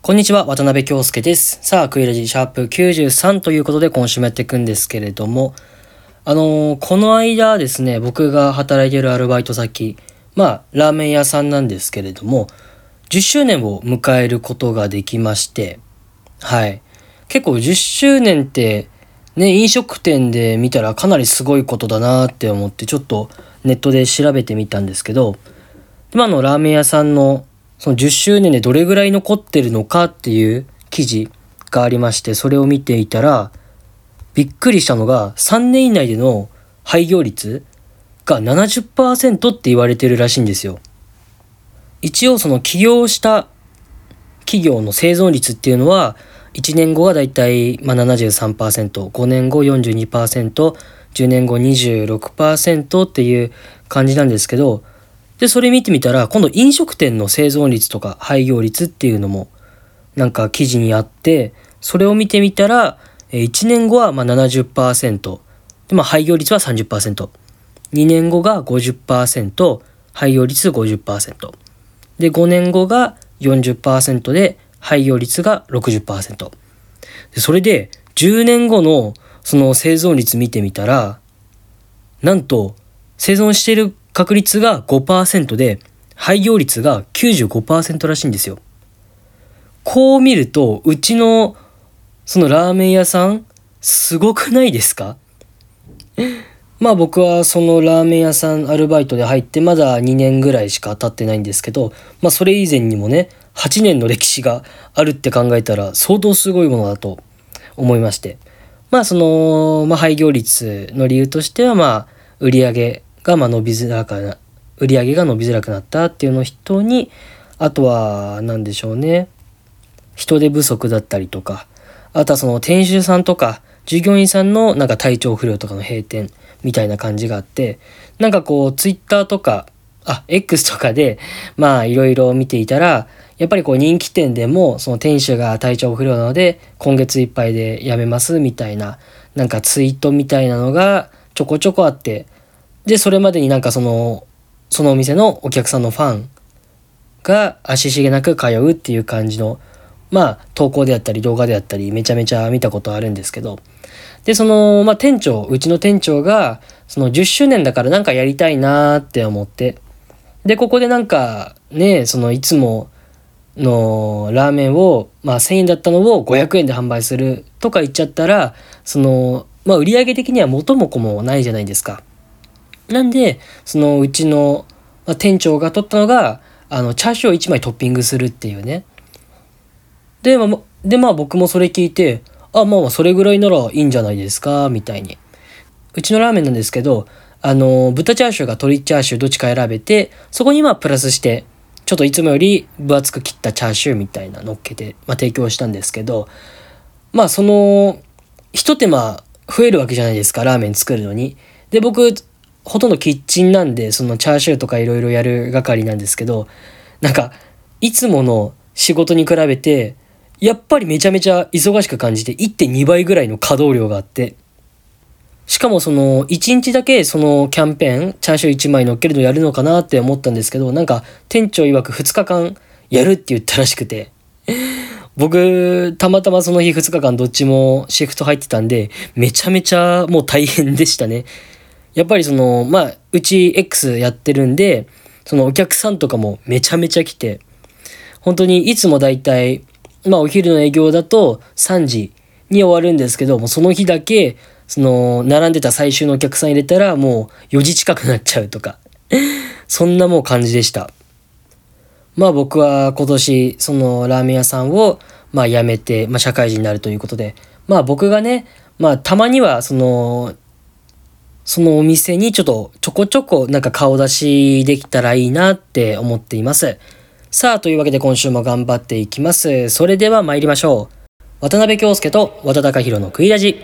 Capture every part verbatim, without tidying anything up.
こんにちは、渡辺京介です。さあ、クイラジシャープきゅうじゅうさんということで今週もやっていくんですけれども、あのー、この間ですね、僕が働いているアルバイト先、まあ、ラーメン屋さんなんですけれども、じゅっしゅうねんを迎えることができまして、はい。結構じゅっしゅうねんって、ね、飲食店で見たらかなりすごいことだなって思って、ちょっとネットで調べてみたんですけど、今のラーメン屋さんのそのじゅっしゅうねんでどれぐらい残ってるのかっていう記事がありまして、それを見ていたらびっくりしたのが、さんねん以内での廃業率が ななじゅっパーセント って言われてるらしいんですよ。一応その起業した企業の生存率っていうのはいちねんごがだいたいまあ ななじゅうさんパーセント、ごねんご よんじゅうにパーセント、じゅうねんご にじゅうろくパーセント っていう感じなんですけど、でそれ見てみたら今度飲食店の生存率とか廃業率っていうのもなんか記事にあって、それを見てみたらいちねんごはまあ ななじゅっパーセント で、まあ、廃業率は さんじゅっパーセント、 にねんごが ごじゅっパーセント、 廃業率 ごじゅっパーセント で、ごねんごが よんじゅっパーセント で廃業率が ろくじゅっパーセント で、それでじゅうねんごのその生存率見てみたら、なんと生存している確率が ごパーセント で廃業率が きゅうじゅうごパーセント らしいんですよ。こう見るとうちのそのラーメン屋さんすごくないですか？まあ僕はそのラーメン屋さんアルバイトで入ってまだにねんぐらいしか経ってないんですけど、まあそれ以前にもねはちねんの歴史があるって考えたら相当すごいものだと思いまして、まあその、まあ、廃業率の理由としてはまあ売り上げがまあ伸びづらくな売り上げが伸びづらくなったっていうのを筆頭に、あとは何でしょうね、人手不足だったりとか、あとはその店主さんとか従業員さんのなんか体調不良とかの閉店みたいな感じがあって、なんかこうツイッターとかあ X とかでまあいろいろ見ていたら、やっぱりこう人気店でもその店主が体調不良なので今月いっぱいで辞めますみたいななんかツイートみたいなのがちょこちょこあって、でそれまでになんかそのそのお店のお客さんのファンが足しげなく通うっていう感じのまあ投稿であったり動画であったりめちゃめちゃ見たことあるんですけど、でそのまあ店長うちの店長がそのじゅっしゅうねんだからなんかやりたいなって思って、でここでなんかねそのいつものラーメンをまあせんえんだったのをごひゃくえんで販売するとか言っちゃったら、そのまあ売上的には元も子もないじゃないですか。なんでそのうちの店長が取ったのがあのチャーシューをいちまいトッピングするっていうね。でまあでまあ僕もそれ聞いて、あまあそれぐらいならいいんじゃないですかみたいに。うちのラーメンなんですけど、あの豚チャーシューが鶏チャーシューどっちか選べて、そこにまあプラスしてちょっといつもより分厚く切ったチャーシューみたいな乗っけて、まあ、提供したんですけど、まあその一手間増えるわけじゃないですか、ラーメン作るのに。で僕ほとんどキッチンなんでそのチャーシューとかいろいろやる係なんですけど、なんかいつもの仕事に比べてやっぱりめちゃめちゃ忙しく感じて いってんにばいぐらいの稼働量があって、しかもそのいちにちだけそのキャンペーンチャーシューいちまい乗っけるのやるのかなって思ったんですけど、なんか店長曰くふつかかんやるって言ったらしくて、僕たまたまその日ふつかかんどっちもシフト入ってたんでめちゃめちゃもう大変でしたね。やっぱりそのまあうち X やってるんで、そのお客さんとかもめちゃめちゃ来て、本当にいつもだいたいまあお昼の営業だとさんじに終わるんですけども、その日だけその並んでた最終のお客さん入れたらもうよじ近くなっちゃうとかそんなもう感じでした。まあ僕は今年そのラーメン屋さんをまあ辞めて、まあ、社会人になるということで、まあ僕がねまあたまにはそのそのお店にちょっとちょこちょこなんか顔出しできたらいいなって思っています。さあというわけで今週も頑張っていきます。それでは参りましょう。渡辺京介と和田貴弘のクイラジ。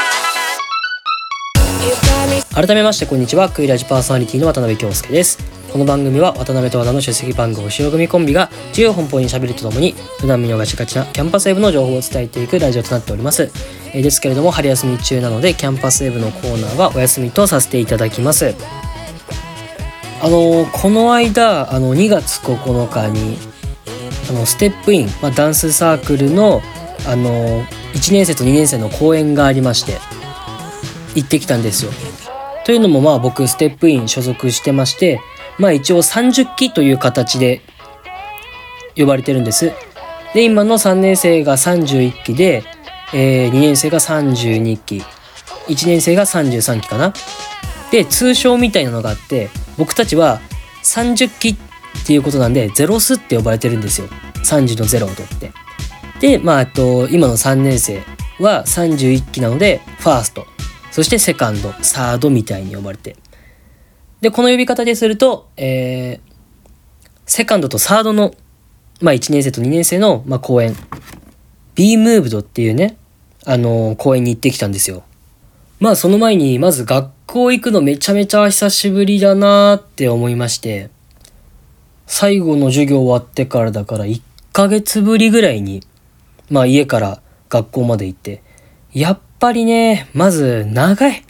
改めましてこんにちは、クイラジパーソナリティの渡辺京介です。 この番組は渡辺と和田の出席番号白組コンビが自由奔放に喋るとともに普段見逃しがちなキャンパスウェブの情報を伝えていくラジオとなっております。えー、ですけれども春休み中なのでキャンパスウェブのコーナーはお休みとさせていただきます。あのー、この間あのにがつここのかにあのステップイン、まあ、ダンスサークルの、あのー、いちねん生とにねん生の公演がありまして行ってきたんですよ。というのもまあ僕ステップイン所属してまして、まあ一応さんじゅっきという形で呼ばれてるんです。で今のさんねん生がさんじゅういっきで、えー、にねん生がさんじゅうにき、いちねん生がさんじゅうさんきかな。で通称みたいなのがあって、僕たちはさんじゅっきっていうことなんでゼロスって呼ばれてるんですよ。さんじゅうのゼロを取って。でまああと今のさんねん生はさんじゅういっきなのでファースト、そしてセカンド、サードみたいに呼ばれて。で、この呼び方ですると、えー、セカンドとサードの、まあいちねん生とにねん生の、まあ、公演、B ムーブドっていうね、あのー、公演に行ってきたんですよ。まあその前に、まず学校行くのめちゃめちゃ久しぶりだなーって思いまして、最後の授業終わってからだからいっかげつぶりぐらいに、まあ家から学校まで行って、やっぱりね、まず長い。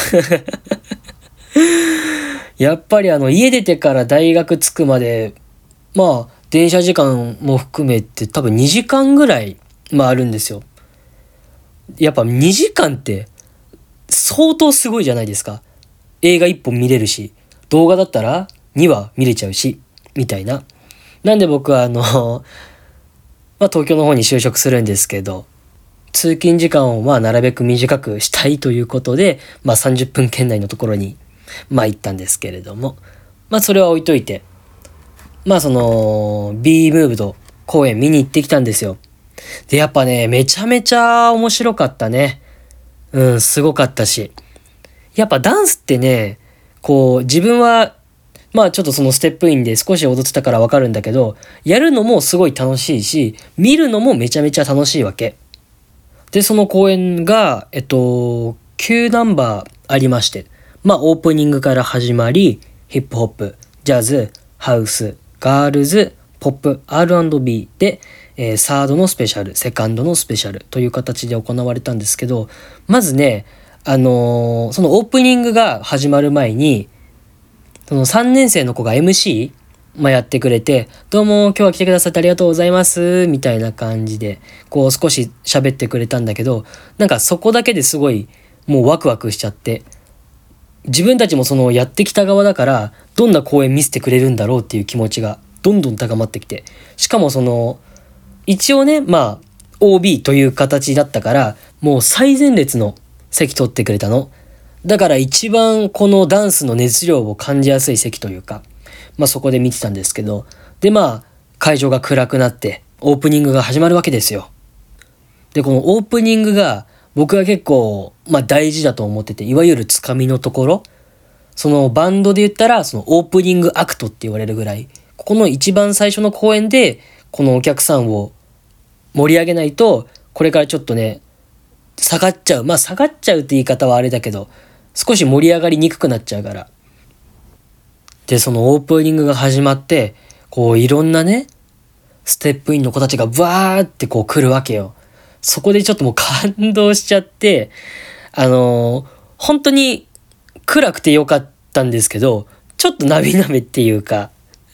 やっぱりあの家出てから大学着くまで、まあ電車時間も含めて多分にじかんぐらい、まああるんですよ。やっぱにじかんって相当すごいじゃないですか。映画いっぽん見れるし、動画だったらにわ見れちゃうし、みたいな。なんで僕はあの、まあ東京の方に就職するんですけど、通勤時間をまあなるべく短くしたいということで、まあさんじゅっぷん圏内のところにまあ行ったんですけれども、まあそれは置いといて、まあその B ムーブド公演見に行ってきたんですよ。でやっぱねめちゃめちゃ面白かったね。うん、すごかったし、やっぱダンスってね、こう自分はまあちょっとそのステップインで少し踊ってたからわかるんだけど、やるのもすごい楽しいし、見るのもめちゃめちゃ楽しいわけ。で、その公演が、えっと、きゅうナンバーありまして、まあ、オープニングから始まり、ヒップホップ、ジャズ、ハウス、ガールズ、ポップ、アールアンドビー で、えー、サードのスペシャル、セカンドのスペシャルという形で行われたんですけど、まずね、あのー、そのオープニングが始まる前に、そのさんねん生の子が エムシー、まあ、やってくれて、どうも今日は来てくださってありがとうございますみたいな感じでこう少し喋ってくれたんだけど、なんかそこだけですごいもうワクワクしちゃって、自分たちもそのやってきた側だからどんな公演見せてくれるんだろうっていう気持ちがどんどん高まってきて、しかもその一応ね、まあ オービー という形だったからもう最前列の席取ってくれたの。だから一番このダンスの熱量を感じやすい席というか、まあそこで見てたんですけど、でまあ会場が暗くなってオープニングが始まるわけですよ。でこのオープニングが僕は結構まあ大事だと思ってて、いわゆるつかみのところ、そのバンドで言ったらそのオープニングアクトって言われるぐらい、ここの一番最初の公演でこのお客さんを盛り上げないとこれからちょっとね下がっちゃう、まあ下がっちゃうって言い方はあれだけど少し盛り上がりにくくなっちゃうから。でそのオープニングが始まって、こういろんなねステップインの子たちがバーってこう来るわけよ。そこでちょっともう感動しちゃって、あのー、本当に暗くてよかったんですけど、ちょっと涙目っていうか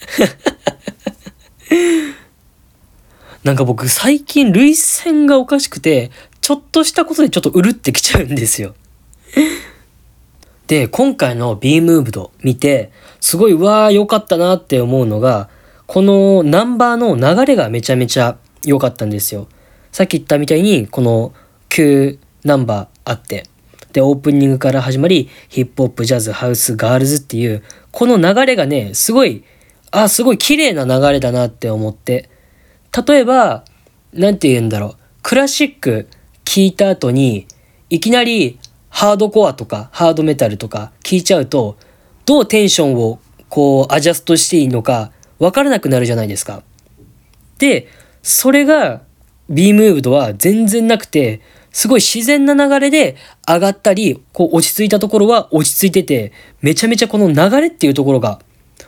なんか僕最近涙腺がおかしくて、ちょっとしたことでちょっとうるってきちゃうんですよ。で今回の B ムーブド見てすごいわー良かったなって思うのが、このナンバーの流れがめちゃめちゃ良かったんですよ。さっき言ったみたいにこのきゅうナンバーあって、でオープニングから始まりヒップホップ、ジャズ、ハウス、ガールズっていうこの流れがねすごいあすごい綺麗な流れだなって思って、例えばなんて言うんだろう、クラシック聴いた後にいきなりハードコアとかハードメタルとか聴いちゃうと、どうテンションをこうアジャストしていいのか分からなくなるじゃないですか。でそれが B ムーブドは全然なくて、すごい自然な流れで上がったりこう落ち着いたところは落ち着いてて、めちゃめちゃこの流れっていうところが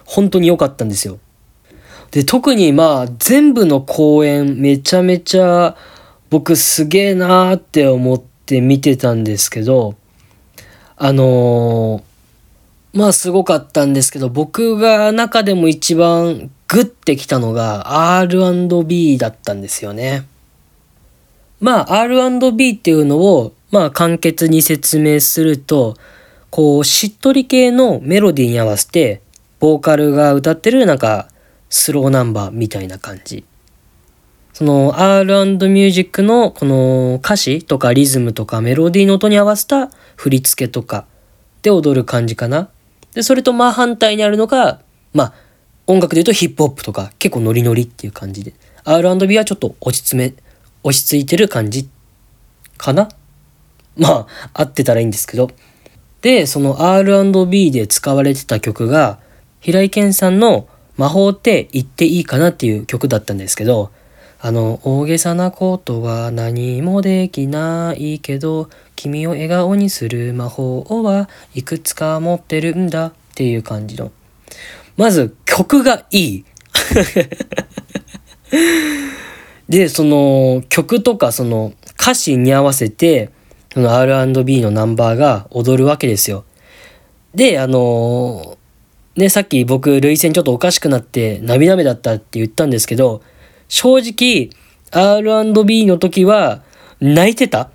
本当に良かったんですよ。で、特にまあ全部の公演めちゃめちゃ僕すげえなーって思って見てたんですけど、あのー、まあすごかったんですけど、僕が中でも一番グッてきたのが アールアンドビー だったんですよね。まあ アールアンドビー っていうのをまあ簡潔に説明すると、こうしっとり系のメロディーに合わせてボーカルが歌ってるなんかスローナンバーみたいな感じ。その アールアンド ミュージックのこの歌詞とかリズムとかメロディーの音に合わせた振り付けとかで踊る感じかな。で、それとまあ反対にあるのが、まあ音楽で言うとヒップホップとか結構ノリノリっていう感じで、アールアンドビー はちょっと落ち詰め、落ち着いてる感じかな。まあ合ってたらいいんですけど。で、その アールアンドビー で使われてた曲が平井堅さんの魔法って言っていいかなっていう曲だったんですけど、あの大げさなことは何もできないけど君を笑顔にする魔法はいくつか持ってるんだっていう感じの、まず曲がいいで、その曲とかその歌詞に合わせてその アールアンドビー のナンバーが踊るわけですよ。で、あのー、ね、さっき僕涙腺ちょっとおかしくなって涙目だったって言ったんですけど、正直 アールアンドビー の時は泣いてた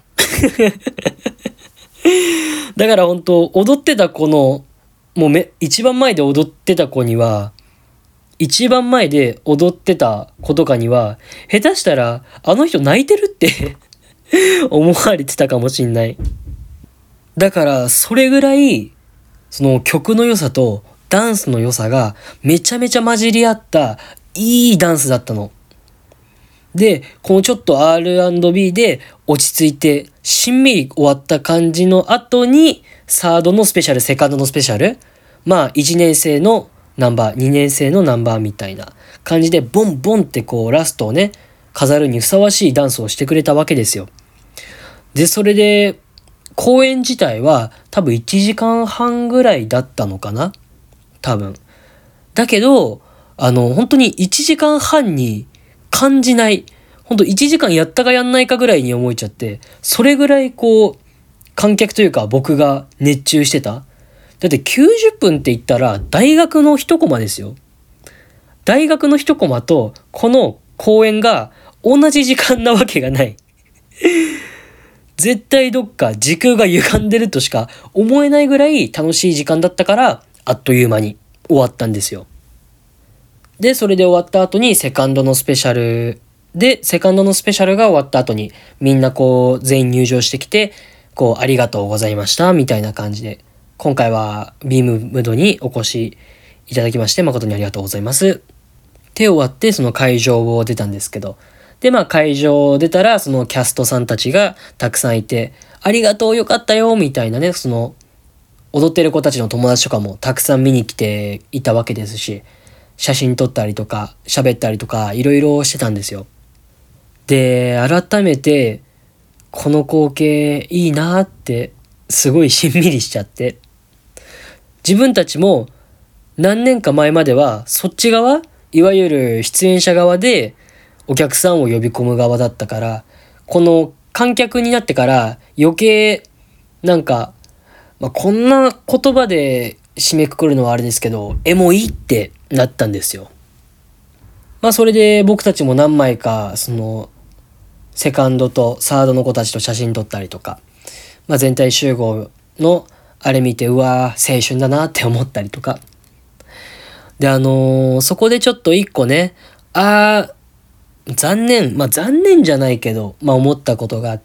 だから本当踊ってた子のもうめ一番前で踊ってた子には一番前で踊ってた子とかには下手したらあの人泣いてるって思われてたかもしんない。だからそれぐらいその曲の良さとダンスの良さがめちゃめちゃ混じり合ったいいダンスだったの。で、このちょっと アールアンドビー で落ち着いてしんみり終わった感じの後にサードのスペシャル、セカンドのスペシャル、まあいちねん生のナンバー、にねん生のナンバーみたいな感じでボンボンってこうラストをね飾るにふさわしいダンスをしてくれたわけですよ。で、それで公演自体は多分いちじかんはんぐらいだったのかな、多分。だけどあの本当にいちじかんはんに感じない。ほんといちじかんやったかやんないかぐらいに思えちゃって、それぐらいこう、観客というか僕が熱中してた。だってきゅうじゅっぷんって言ったら大学の一コマですよ。大学の一コマとこの公演が同じ時間なわけがない。絶対どっか時空が歪んでるとしか思えないぐらい楽しい時間だったから、あっという間に終わったんですよ。で、それで終わった後にセカンドのスペシャルで、セカンドのスペシャルが終わった後にみんなこう全員入場してきて、こうありがとうございましたみたいな感じで、今回はビームムードにお越しいただきまして誠にありがとうございます。って終わってその会場を出たんですけど、でまあ会場を出たらそのキャストさんたちがたくさんいて、ありがとうよかったよみたいなね、その踊ってる子たちの友達とかもたくさん見に来ていたわけですし、写真撮ったりとか喋ったりとかいろいろしてたんですよ。で、改めてこの光景いいなってすごいしんみりしちゃって、自分たちも何年か前まではそっち側、いわゆる出演者側でお客さんを呼び込む側だったから、この観客になってから余計なんか、まあ、こんな言葉で締めくくるのはあれですけど、エモいってなったんですよ。まあそれで僕たちも何枚かそのセカンドとサードの子たちと写真撮ったりとか、まあ全体集合のあれ見て、うわー青春だなって思ったりとか。で、あのー、そこでちょっと一個ね、あー残念、まあ残念じゃないけど、まあ思ったことがあって、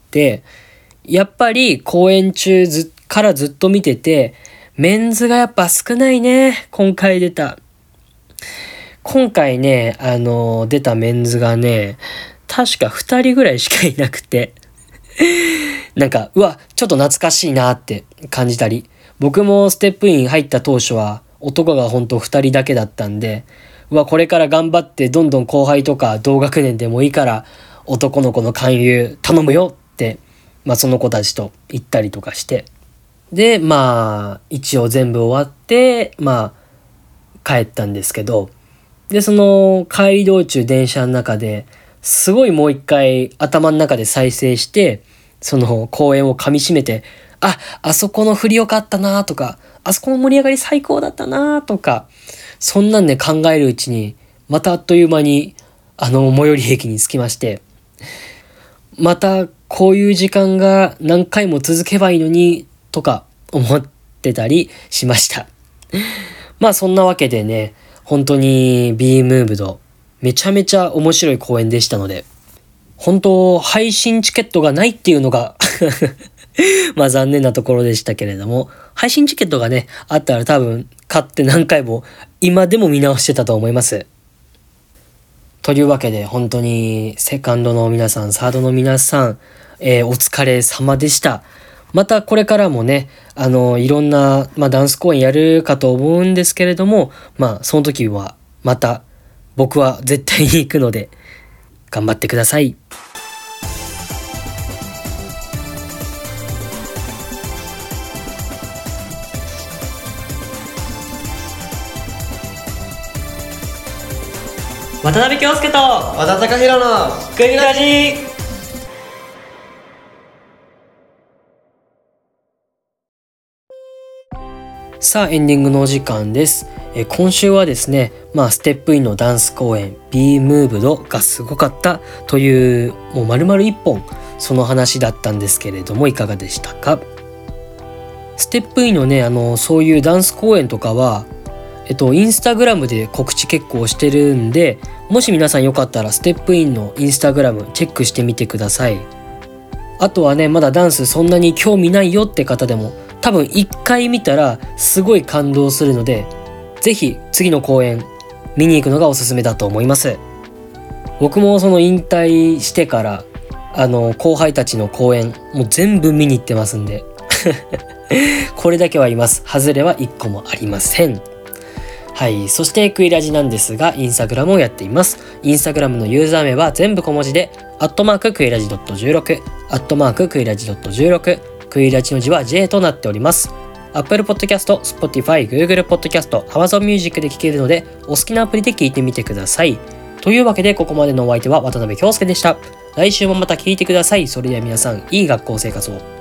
やっぱり公演中ずからずっと見てて、メンズがやっぱ少ないね。今回出た。今回ね、あのー、出たメンズがね、確かふたりぐらいしかいなくて。なんか、うわ、ちょっと懐かしいなって感じたり。僕もステップイン入った当初は男がほんとふたりだけだったんで、うわ、これから頑張ってどんどん後輩とか同学年でもいいから男の子の勧誘頼むよって、まあその子たちと言ったりとかして。で、まあ、一応全部終わって、まあ、 帰ったんですけど、で、その帰り道中電車の中ですごいもう一回頭の中で再生して、その公演を噛み締めて、あ、あそこの振り良かったなとか、あそこの盛り上がり最高だったなとか、そんなんで考えるうちに、またあっという間にあの最寄り駅に着きまして、またこういう時間が何回も続けばいいのにとか思ってたりしました。まあそんなわけでね、本当に B ムーブドめちゃめちゃ面白い公演でしたので、本当配信チケットがないっていうのがまあ残念なところでしたけれども、配信チケットがねあったら多分買って何回も今でも見直してたと思います。というわけで本当にセカンドの皆さん、サードの皆さん、えー、お疲れ様でした。またこれからもね、あのいろんな、まあ、ダンス公演やるかと思うんですけれども、まあその時はまた僕は絶対に行くので頑張ってください。渡辺京介と和田貴弘のクイラジ。さあエンディングのお時間です。え今週はですね、まあステップインのダンス公演 B ムーブドがすごかったというもう丸々一本その話だったんですけれども、いかがでしたか？ステップインのね、あのそういうダンス公演とかはえっとインスタグラムで告知結構してるんで、もし皆さんよかったらステップインのインスタグラムチェックしてみてください。あとはね、まだダンスそんなに興味ないよって方でも多分一回見たらすごい感動するので、ぜひ次の公演見に行くのがおすすめだと思います。僕もその引退してからあの後輩たちの公演もう全部見に行ってますんでこれだけは言います。外れは一個もありません。はい、そしてクイラジなんですが、インスタグラムをやっています。インスタグラムのユーザー名は全部小文字で、アットマーククイラジ .じゅうろく、アットマーククイラジ .じゅうろく、クイラジの字は J となっております。Apple Podcast、Spotify、Google Podcast、Amazon Music で聴けるので、お好きなアプリで聴いてみてください。というわけで、ここまでのお相手は渡辺京介でした。来週もまた聴いてください。それでは皆さん、いい学校生活を。